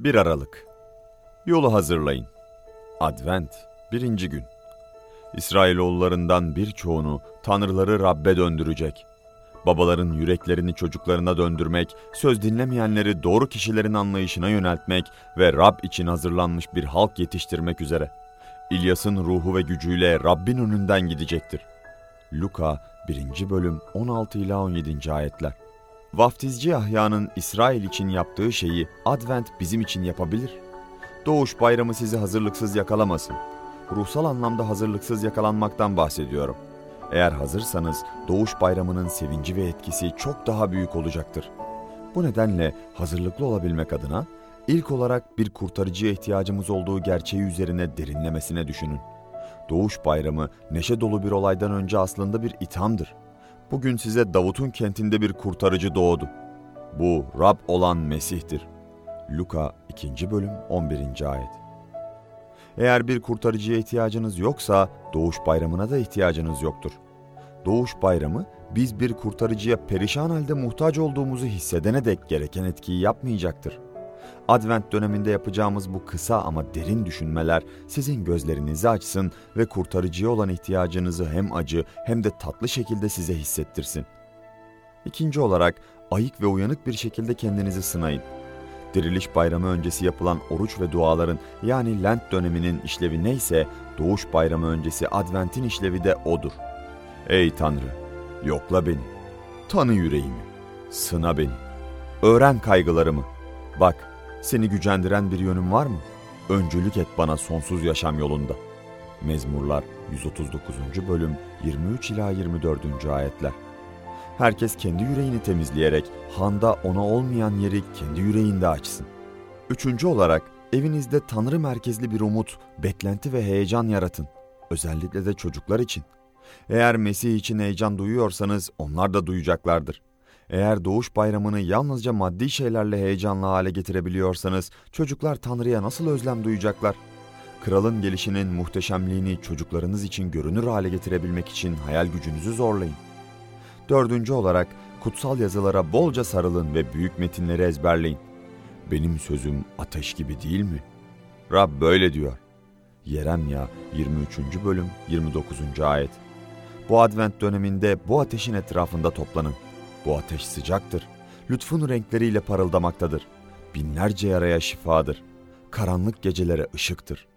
1 Aralık. Yolu hazırlayın. Advent 1. gün. İsrailoğullarından birçoğunu tanrıları Rab'be döndürecek. Babaların yüreklerini çocuklarına döndürmek, söz dinlemeyenleri doğru kişilerin anlayışına yöneltmek ve Rab için hazırlanmış bir halk yetiştirmek üzere. İlyas'ın ruhu ve gücüyle Rabbin önünden gidecektir. Luka 1. bölüm 16 ila 17. ayetler. Vaftizci Yahya'nın İsrail için yaptığı şeyi Advent bizim için yapabilir. Doğuş bayramı sizi hazırlıksız yakalamasın. Ruhsal anlamda hazırlıksız yakalanmaktan bahsediyorum. Eğer hazırsanız Doğuş bayramının sevinci ve etkisi çok daha büyük olacaktır. Bu nedenle hazırlıklı olabilmek adına ilk olarak bir kurtarıcıya ihtiyacımız olduğu gerçeği üzerine derinlemesine düşünün. Doğuş bayramı neşe dolu bir olaydan önce aslında bir ithamdır. Bugün size Davut'un kentinde bir kurtarıcı doğdu. Bu Rab olan Mesih'tir. Luka 2. bölüm 11. ayet. Eğer bir kurtarıcıya ihtiyacınız yoksa Doğuş bayramına da ihtiyacınız yoktur. Doğuş bayramı biz bir kurtarıcıya perişan halde muhtaç olduğumuzu hissedene dek gereken etkiyi yapmayacaktır. Advent döneminde yapacağımız bu kısa ama derin düşünmeler sizin gözlerinizi açsın ve kurtarıcıya olan ihtiyacınızı hem acı hem de tatlı şekilde size hissettirsin. İkinci olarak ayık ve uyanık bir şekilde kendinizi sınayın. Diriliş bayramı öncesi yapılan oruç ve duaların yani Lent döneminin işlevi neyse Doğuş bayramı öncesi Advent'in işlevi de odur. Ey Tanrı, yokla beni, tanı yüreğimi, sına beni, öğren kaygılarımı. Bak, seni gücendiren bir yönüm var mı? Öncülük et bana sonsuz yaşam yolunda. Mezmurlar 139. bölüm 23 ila 24. ayetler. Herkes kendi yüreğini temizleyerek handa ona olmayan yeri kendi yüreğinde açsın. Üçüncü olarak evinizde Tanrı merkezli bir umut, beklenti ve heyecan yaratın. Özellikle de çocuklar için. Eğer Mesih için heyecan duyuyorsanız onlar da duyacaklardır. Eğer Doğuş bayramını yalnızca maddi şeylerle heyecanlı hale getirebiliyorsanız çocuklar Tanrı'ya nasıl özlem duyacaklar? Kralın gelişinin muhteşemliğini çocuklarınız için görünür hale getirebilmek için hayal gücünüzü zorlayın. Dördüncü olarak kutsal yazılara bolca sarılın ve büyük metinleri ezberleyin. Benim sözüm ateş gibi değil mi? Rab böyle diyor. Yeremya 23. bölüm 29. ayet. Bu Advent döneminde bu ateşin etrafında toplanın. Bu ateş sıcaktır. Lütfun renkleriyle parıldamaktadır. Binlerce yaraya şifadır. Karanlık gecelere ışıktır.